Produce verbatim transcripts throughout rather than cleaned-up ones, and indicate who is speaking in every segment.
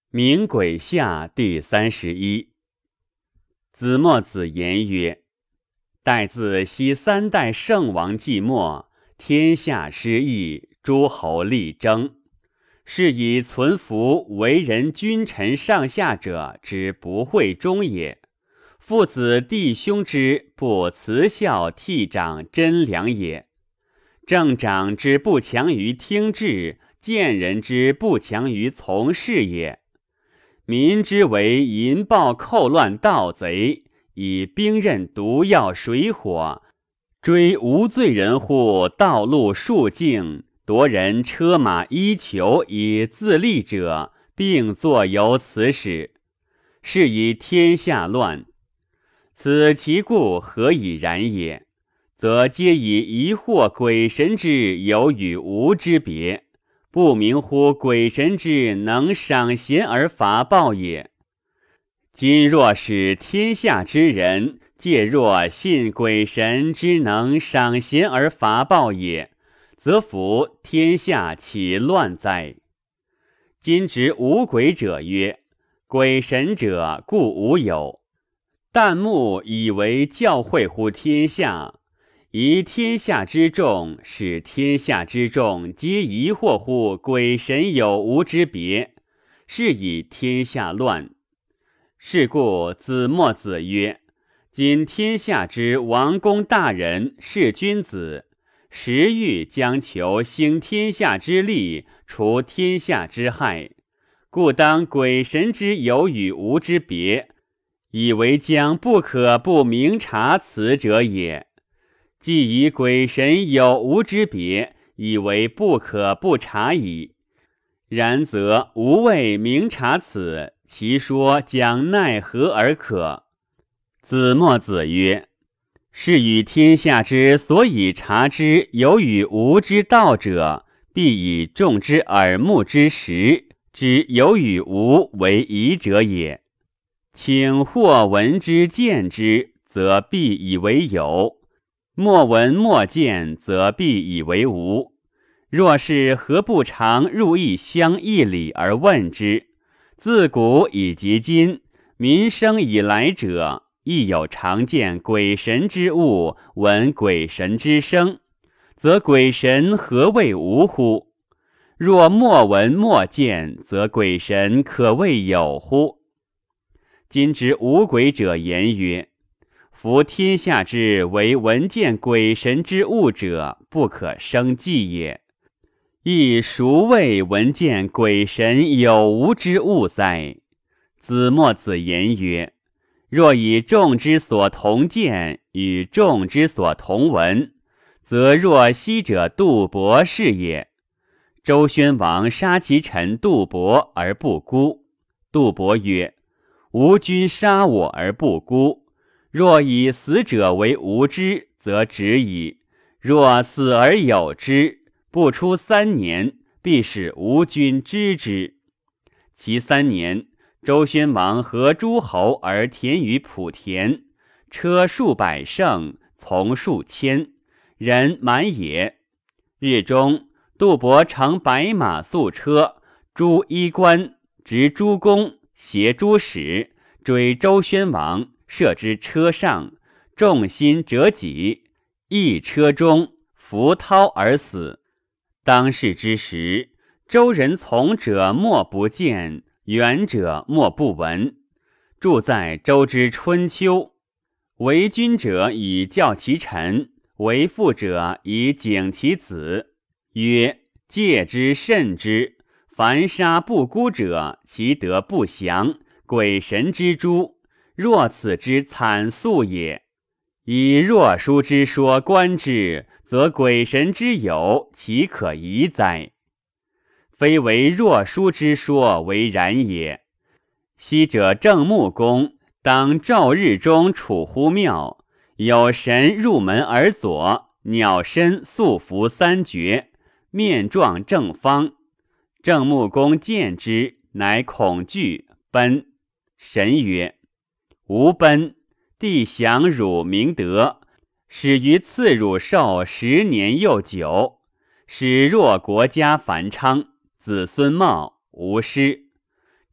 Speaker 1: 明癸下第三十一。子墨子言曰：待自昔三代圣王既没，天下失意，诸侯力争，是以存服为人君臣上下者之不惠中也。父子弟兄之不慈孝悌长贞良也。政长之不强于听制，见人之不强于从事也。民之为淫暴寇乱盗贼，以兵刃毒药水火，追无罪人乎道路数径，夺人车马衣裘以自立者，并作由此始，是以天下乱。此其故何以然也？则皆以疑惑鬼神之有与无之别，不明乎鬼神之能赏贤而罚暴也。今若使天下之人皆若信鬼神之能赏贤而罚暴也，则夫天下岂乱哉？今执无鬼者曰：鬼神者故无有。旦暮以为教诲乎天下，宜天下之众，使天下之众皆疑惑乎鬼神有无之别，是以天下乱。是故子墨子曰：今天下之王公大人是君子，实欲将求兴天下之利，除天下之害，故当鬼神之有与无之别，以为将不可不明察此者也。既以鬼神有无之别，以为不可不察矣。然则无谓明察此，其说将奈何而可？子墨子曰：是与天下之所以察之有与无之道者，必以众之耳目之识之有与无为宜者也。请或闻之见之，则必以为有；莫闻莫见，则必以为无。若是何不常入一乡一里而问之？自古以及今，民生以来者，亦有常见鬼神之物，闻鬼神之声，则鬼神何谓无乎？若莫闻莫见，则鬼神可谓有乎？今之无鬼者言曰：夫天下之为闻见鬼神之物者，不可生计也。亦孰谓闻见鬼神有无之物哉？子墨子言曰：若以众之所同见与众之所同闻，则若昔者杜伯是也。周宣王杀其臣杜伯而不孤，杜伯曰：吾君杀我而不孤，若以死者为无知，则止矣；若死而有之，不出三年，必使吾君知之。其三年，周宣王和诸侯而田于莆田，车数百乘，从数千，人满也。日中，杜伯乘白马素车，诸衣冠，执诸弓，携诸使，追周宣王，射之车上，众心折戟，一车中，伏涛而死。当世之时，周人从者莫不见，远者莫不闻。著在周之春秋。为君者以教其臣，为父者以警其子，曰：戒之慎之，凡杀不孤者，其德不祥，鬼神之诛，若此之惨素也。以若书之说观之，则鬼神之有，岂可疑哉？非为若书之说为然也。昔者郑穆公当昼日中处乎庙，有神入门而左，鸟身素服三绝，面状正方。郑穆公见之，乃恐惧，奔。神曰：吾奔，帝享汝明德，始于赐汝寿十年又久，使若国家繁昌，子孙茂无失。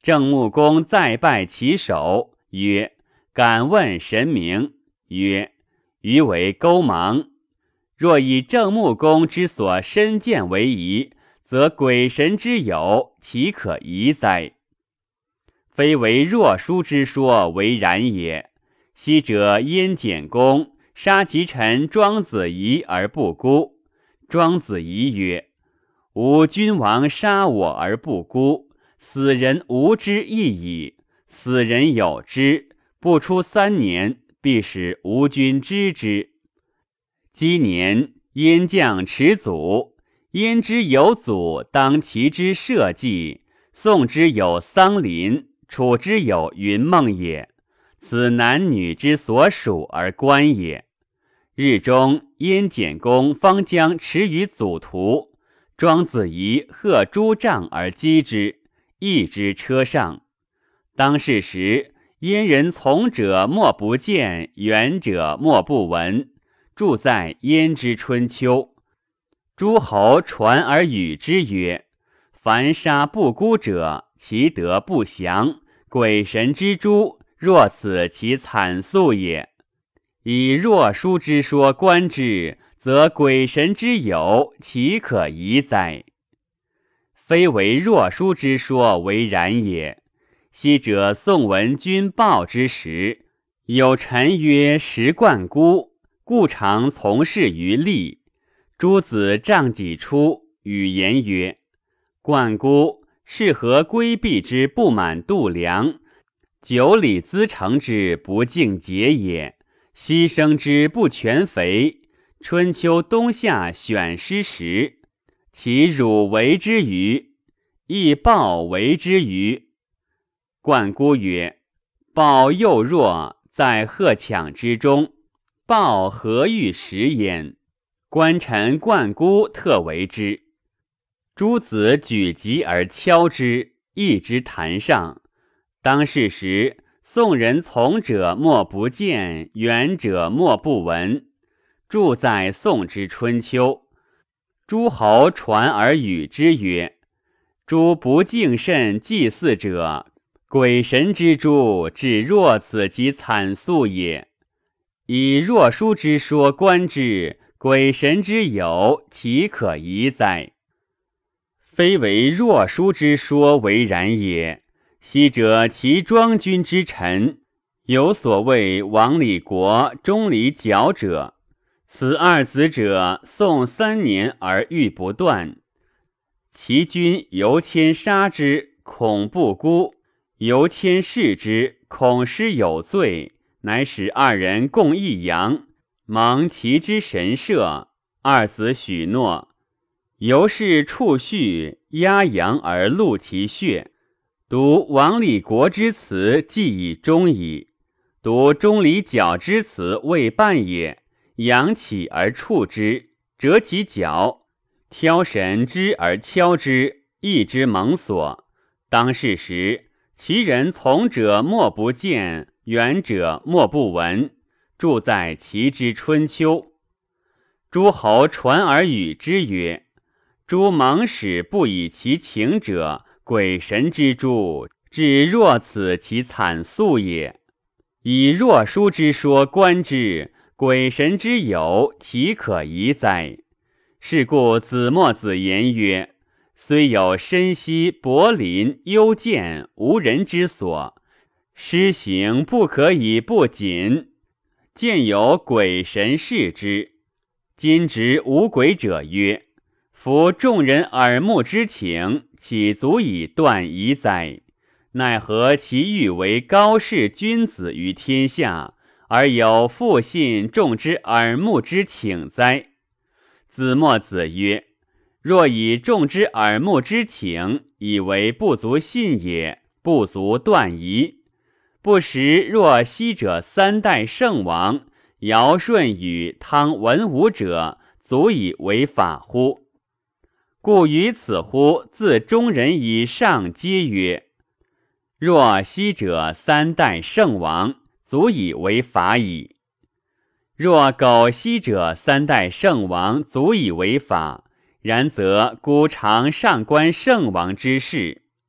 Speaker 1: 郑穆公再拜其首，曰：敢问神明？曰：余为勾芒。若以郑穆公之所身见为宜，则鬼神之有，岂可疑哉？非为若书之说为然也。昔者燕简公杀其臣庄子仪而不孤。庄子仪曰：吾君王杀我而不孤，死人无之亦矣。死人有之，不出三年，必使吾君知之。积年，燕将持祖，燕之有祖，当其之社稷；宋之有桑林，楚之有云梦也。此男女之所属而观也。日中，燕简公方将持于祖图，庄子仪贺诸杖而击之，役之车上。当是时，燕人从者莫不见，远者莫不闻，住在燕之春秋。诸侯传而与之曰：凡杀不孤者，其德不祥，鬼神之诛，若此其惨素也。以若书之说观之，则鬼神之有，岂可疑哉？非为若书之说为然也。昔者宋文君报之时，有臣曰食冠孤，故常从事于吏。诸子杖己出，语言曰：冠孤是何规避之不满度量，九里资成之不敬节也。牺牲之不全肥，春秋冬夏选师时，其汝为之于？亦报为之于？冠孤曰：报幼弱，在贺抢之中，报何欲食焉？官臣冠孤特为之。诸子举疾而敲之，一之坛上。当是时，宋人从者莫不见，远者莫不闻，住在宋之春秋。诸侯传而与之曰：诸不敬慎祭祀者，鬼神之诛，至若此其惨素也。以若书之说观之，鬼神之有，岂可疑哉？非为若书之说为然也。昔者其庄君之臣，有所谓王里国、钟离角者，此二子者，宋三年而欲不断。其君犹迁杀之，恐不孤；犹迁弑之，恐失有罪，乃使二人共一阳，蒙其之神社。二子许诺，由是处序，压阳而戮其血。读王里国之辞，既以终矣；读钟离角之辞，未半也。扬起而触之，折其角，挑神之而敲之，益之蒙所。当是时，其人从者莫不见，远者莫不闻，住在其之春秋。诸侯传而与之曰：诸蒙使不以其情者，鬼神之诛，至若此其惨素也。以若书之说观之，鬼神之有，岂可疑哉？是故子墨子言曰：虽有深溪、柏林、幽涧，无人之所，施行不可以不谨。见有鬼神视之。今直无鬼者曰：夫众人耳目之情，岂足以断疑哉？奈何其欲为高士君子于天下，而有复信众之耳目之请哉？子墨子曰：若以众之耳目之请，以为不足信也，不足断疑。不时若昔者三代圣王，尧舜禹汤文武者，足以为法乎？故于此乎自中人以上皆曰：若昔者三代圣王，足以为法矣。若苟昔者三代圣王，足以为法，然则孤常上观圣王之事。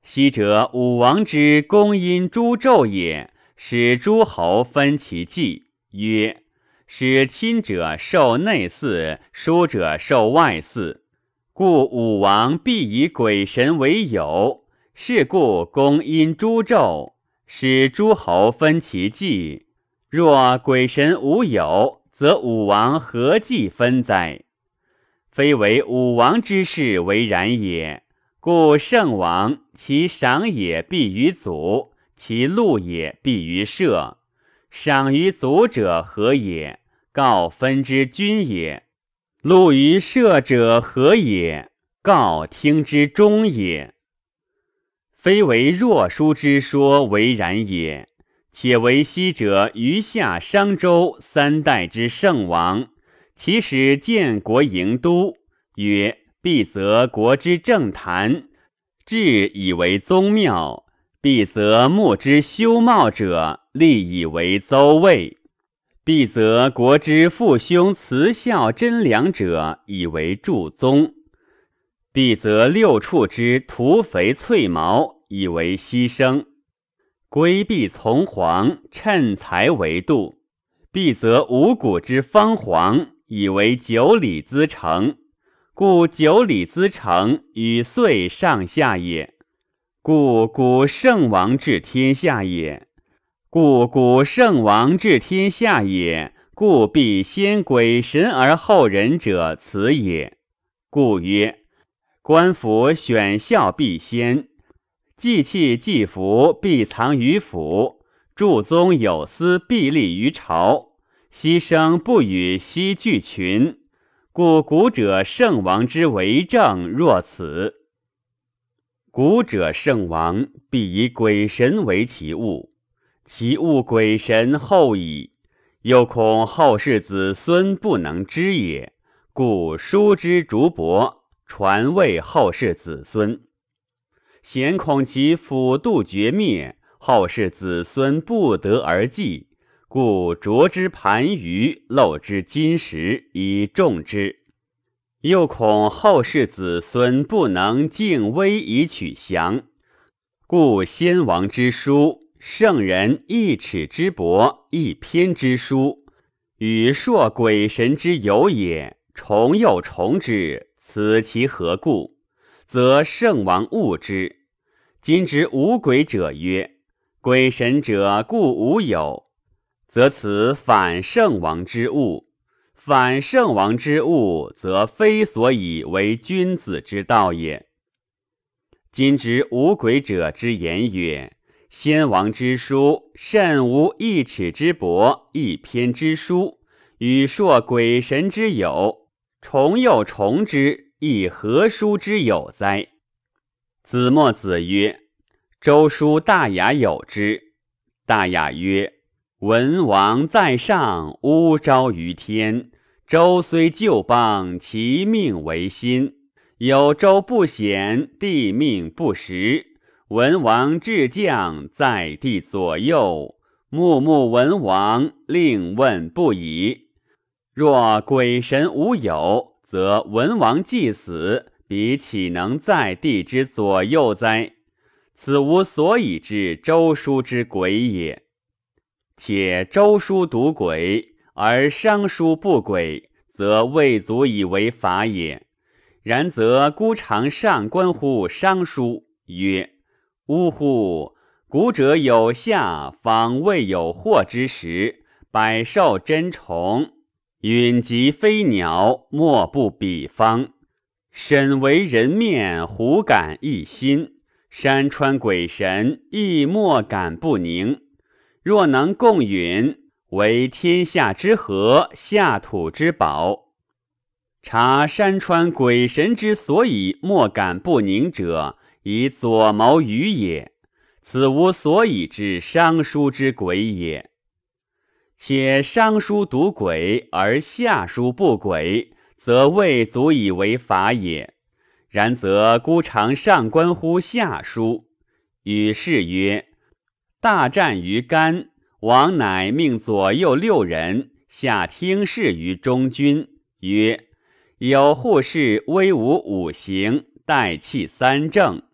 Speaker 1: 昔者武王之公因诸纣也，使诸侯分其祭，曰：使亲者受内祀，疏者受外祀。故武王必以鬼神为友，是故公因诸纣，使诸侯分其祭。若鬼神无有，则武王何计分哉？非为武王之事为然也。故圣王其赏也必于祖，其禄也必于社。赏于祖者何也？告分之君也。禄于社者何也？告听之忠也。非为若书之说为然也。且为昔者余下商周三代之圣王，其使建国营都，曰：必则国之政坛，治以为宗庙；必则牧之修茂者，立以为邹卫；必则国之父兄慈孝贞良者，以为祝宗；必则六畜之屠肥翠毛，以为牺牲。规必从黄，趁财为度；必则五谷之方黄，以为九里之成。故九里之成与岁上下也。故古圣王治天下也。故古圣王治天下也。故必先鬼神而后人者，此也。故曰：官府选校必先，祭器祭服必藏于府，祝宗有司必立于朝，牺牲不与西俱群。故古者圣王之为政若此。古者圣王必以鬼神为其物，其物鬼神后矣，又恐后世子孙不能知也，故书之竹帛，传位后世子孙。咸恐其辅度绝灭，后世子孙不得而继，故琢之盘盂，漏之金石，以重之。又恐后世子孙不能敬威以取降，故先王之书，圣人一尺之帛，一篇之书，与朔鬼神之有也，重又重之，此其何故？则圣王恶之。今之无鬼者曰：鬼神者故无有，则此反圣王之物。反圣王之物，则非所以为君子之道也。今之无鬼者之言曰：先王之书，甚无一尺之帛，一篇之书，与朔鬼神之有，重又重之，亦何书之有哉？子墨子曰：周书大雅有之。大雅曰：文王在上，乌昭于天。周虽旧邦，其命维新。有周不显，地命不实。文王至将，在地左右，穆穆文王，令问不已。若鬼神无有，则文王既死，彼岂能在地之左右哉？此无所以知周书之鬼也。且周书独鬼，而商书不轨，则未足以为法也。然则孤常上观乎商书，曰：呜呼！古者有夏，方未有祸之时，百兽珍虫，允及飞鸟，莫不比方。审为人面，胡感一心；山川鬼神，亦莫感不宁。若能共允，为天下之和，下土之宝。察山川鬼神之所以莫感不宁者，以左谋于也。此无所以知商书之鬼也。且商书独鬼，而下书不鬼，则未足以为法也。然则孤常上观乎下书，与是曰：大战于干，王乃命左右六人下听事于中军，曰：有护士威武五行，代气三正。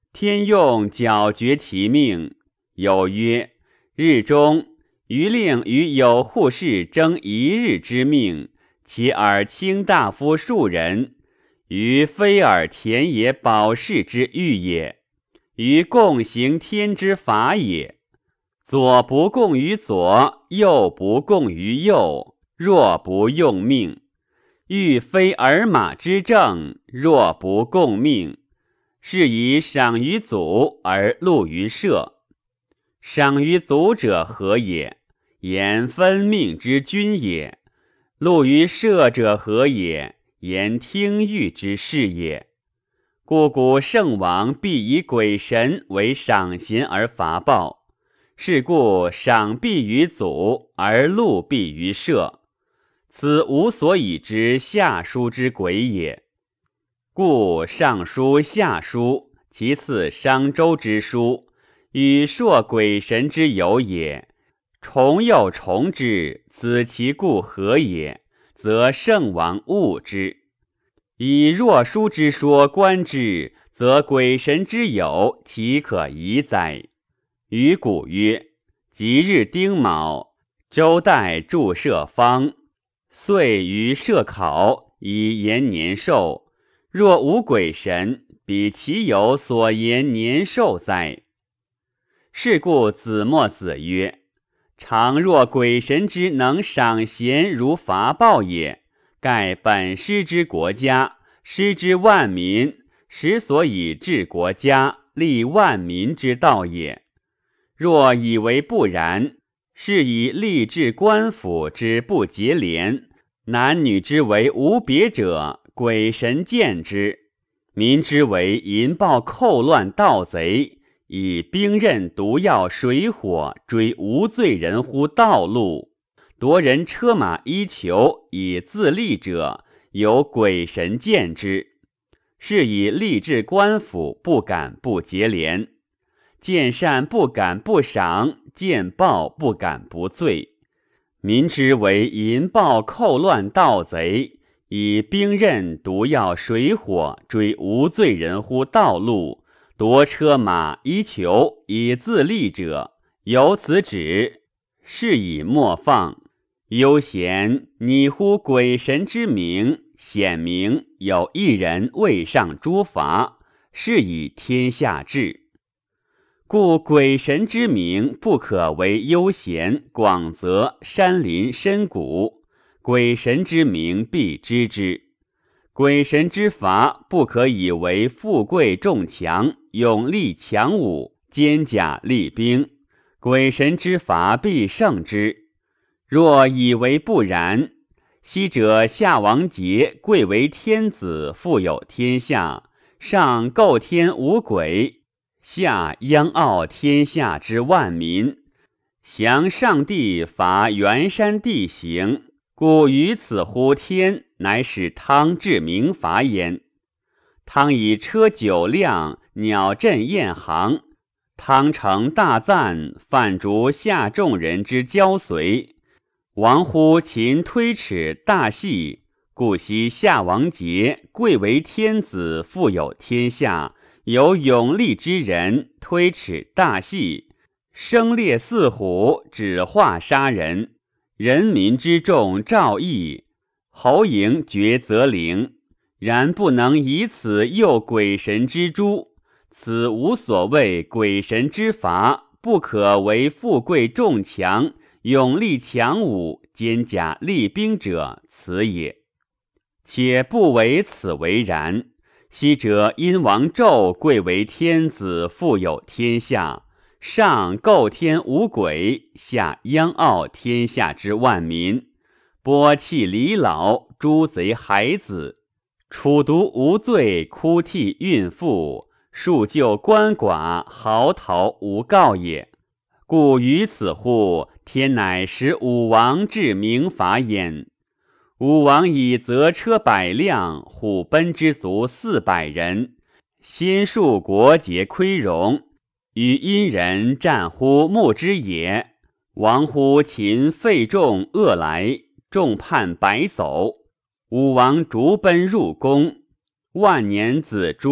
Speaker 1: 天用皎绝其命，有曰：日中余令与有护士争一日之命，其尔卿大夫数人，于非尔田野保世之欲也，于共行天之法也。左不共于左，右不共于右，若不用命。欲非尔马之政，若不共命，是以赏于祖而禄于社。赏于祖者何也？言分命之君也。禄于社者何也？言听谕之事也。故古圣王必以鬼神为赏贤而伐暴，是故赏必于祖，而禄必于社。此无所以知下书之鬼也。故上书、下书，其次商周之书，与朔鬼神之有也。重又重之，此其故何也？则圣王恶之。以若书之说观之，则鬼神之有，岂可疑哉？于古曰：即日丁卯，周代祝社方，岁于社考，以延年寿。若无鬼神，彼其有所言年寿哉？是故子墨子曰：常若鬼神之能赏贤如伐暴也，盖本师之国家，师之万民，实所以治国家，立万民之道也。若以为不然，是以立治官府之不结连，男女之为无别者，鬼神见之；民之为淫暴寇乱盗贼，以兵刃毒药水火追无罪人乎道路，夺人车马衣裘以自立者，有鬼神见之。是以立治官府不敢不结连，见善不敢不赏，见暴不敢不罪。民之为淫暴寇乱盗贼，以兵刃毒药水火追无罪人乎道路，夺车马衣裘以自立者，有此止。是以莫放。悠闲拟乎鬼神之名，显明有一人未上诸法，是以天下治。故鬼神之名不可为悠闲广泽山林深谷，鬼神之名必知之。鬼神之法不可以为富贵重强，勇力强武，坚甲利兵，鬼神之法必胜之。若以为不然，昔者夏王桀贵为天子，富有天下，上构天无鬼，下央傲天下之万民，降上帝伐元山地形，故于此乎天，乃使汤治明法焉。汤以车酒辆，鸟振雁行，汤成大赞，泛逐下众人之交随。王乎秦推齿大戏，故昔夏王桀贵为天子，富有天下，有勇力之人，推齿大戏，生猎似虎，指化杀人。人民之众赵义，侯嬴绝则陵，然不能以此诱鬼神之诛。此无所谓鬼神之法，不可为富贵重强，勇力强武，坚甲利兵者，此也。且不为此为然。昔者殷王纣贵为天子，富有天下，上构天无鬼，下央傲天下之万民，剥弃离老，诛贼孩子，处毒无罪，哭涕孕妇，庶救鳏寡，嚎啕无告也。故于此乎，天乃使武王治明法焉。武王以择车百辆，虎贲之卒四百人，先数国节亏荣，与殷人战乎牧之野，王乎秦费众恶来，众叛白走。武王逐奔入宫，万年子朱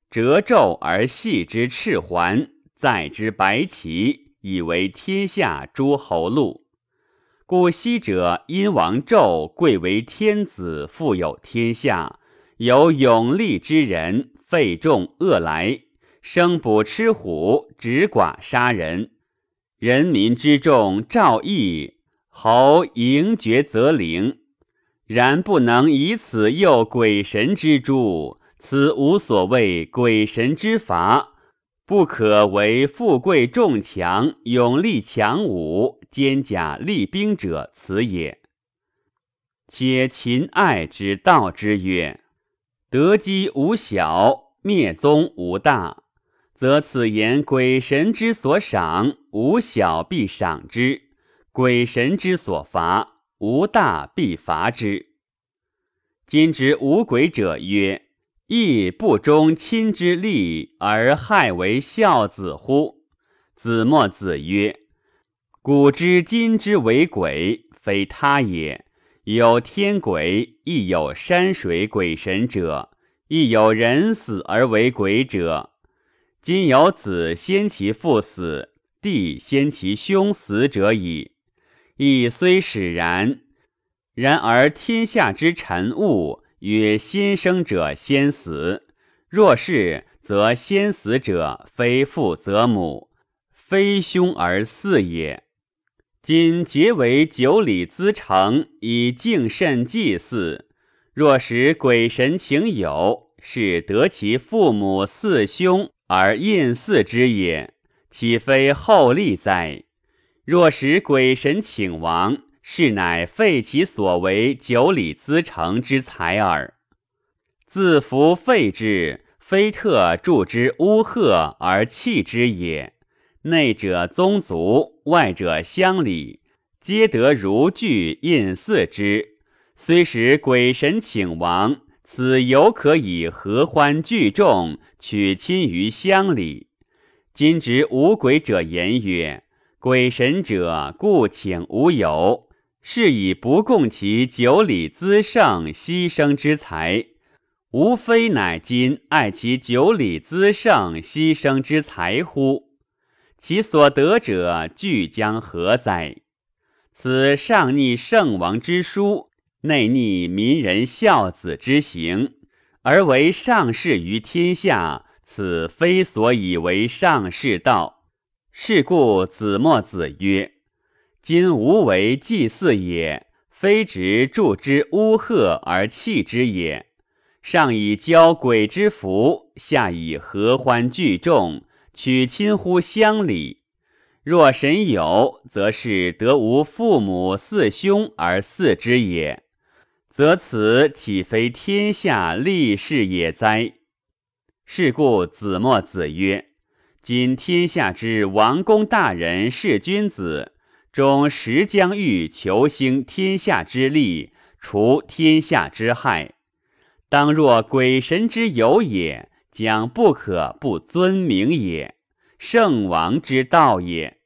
Speaker 1: 折皱而系之赤环，载之白旗，以为天下诸侯禄。故昔者殷王纣贵为天子，富有天下，有勇力之人，费众恶来，生捕吃虎，执寡杀人。人民之众赵义，侯迎绝则灵。然不能以此诱鬼神之诛，此无所谓鬼神之罚，不可为富贵重强、勇力强武、坚甲利兵者此也。且秦爱之道之曰：得机无小，灭宗无大，则此言鬼神之所赏，无小必赏之；鬼神之所罚，无大必罚之。今之无鬼者曰：亦不忠亲之利，而害为孝子乎？子墨子曰：古之今之为鬼，非他也。有天鬼，亦有山水鬼神者，亦有人死而为鬼者。今有子先其父死，弟先其兄死者矣。亦虽使然，然而天下之臣物，曰先生者先死。若是，则先死者非父则母，非兄而嗣也。今皆为九里资成，以敬慎祭祀。若使鬼神情有，是得其父母嗣兄而印祀之也，岂非厚利哉？若使鬼神请亡，是乃废其所为九里资成之才耳。自服废之，非特助之乌鹤而弃之也。内者宗族，外者乡里，皆得如具印祀之。虽使鬼神请亡，此犹可以合欢聚众，取亲于乡里。今直无鬼者言曰：鬼神者，故请无有，是以不共其九里资盛牺牲之才。无非乃今爱其九里资盛牺牲之才乎？其所得者俱将何哉？此上逆圣王之书，内逆民人孝子之行，而为上士于天下，此非所以为上士道。是故子墨子曰：今无为祭祀也，非直助之乌鹤而弃之也。上以交鬼之福，下以合欢聚众，取亲乎乡里。若神有，则是得无父母嗣兄而嗣之也，则此岂非天下利士也哉？是故子墨子曰：今天下之王公大人是君子，终实将欲求兴天下之利，除天下之害。当若鬼神之有也，将不可不尊名也，圣王之道也。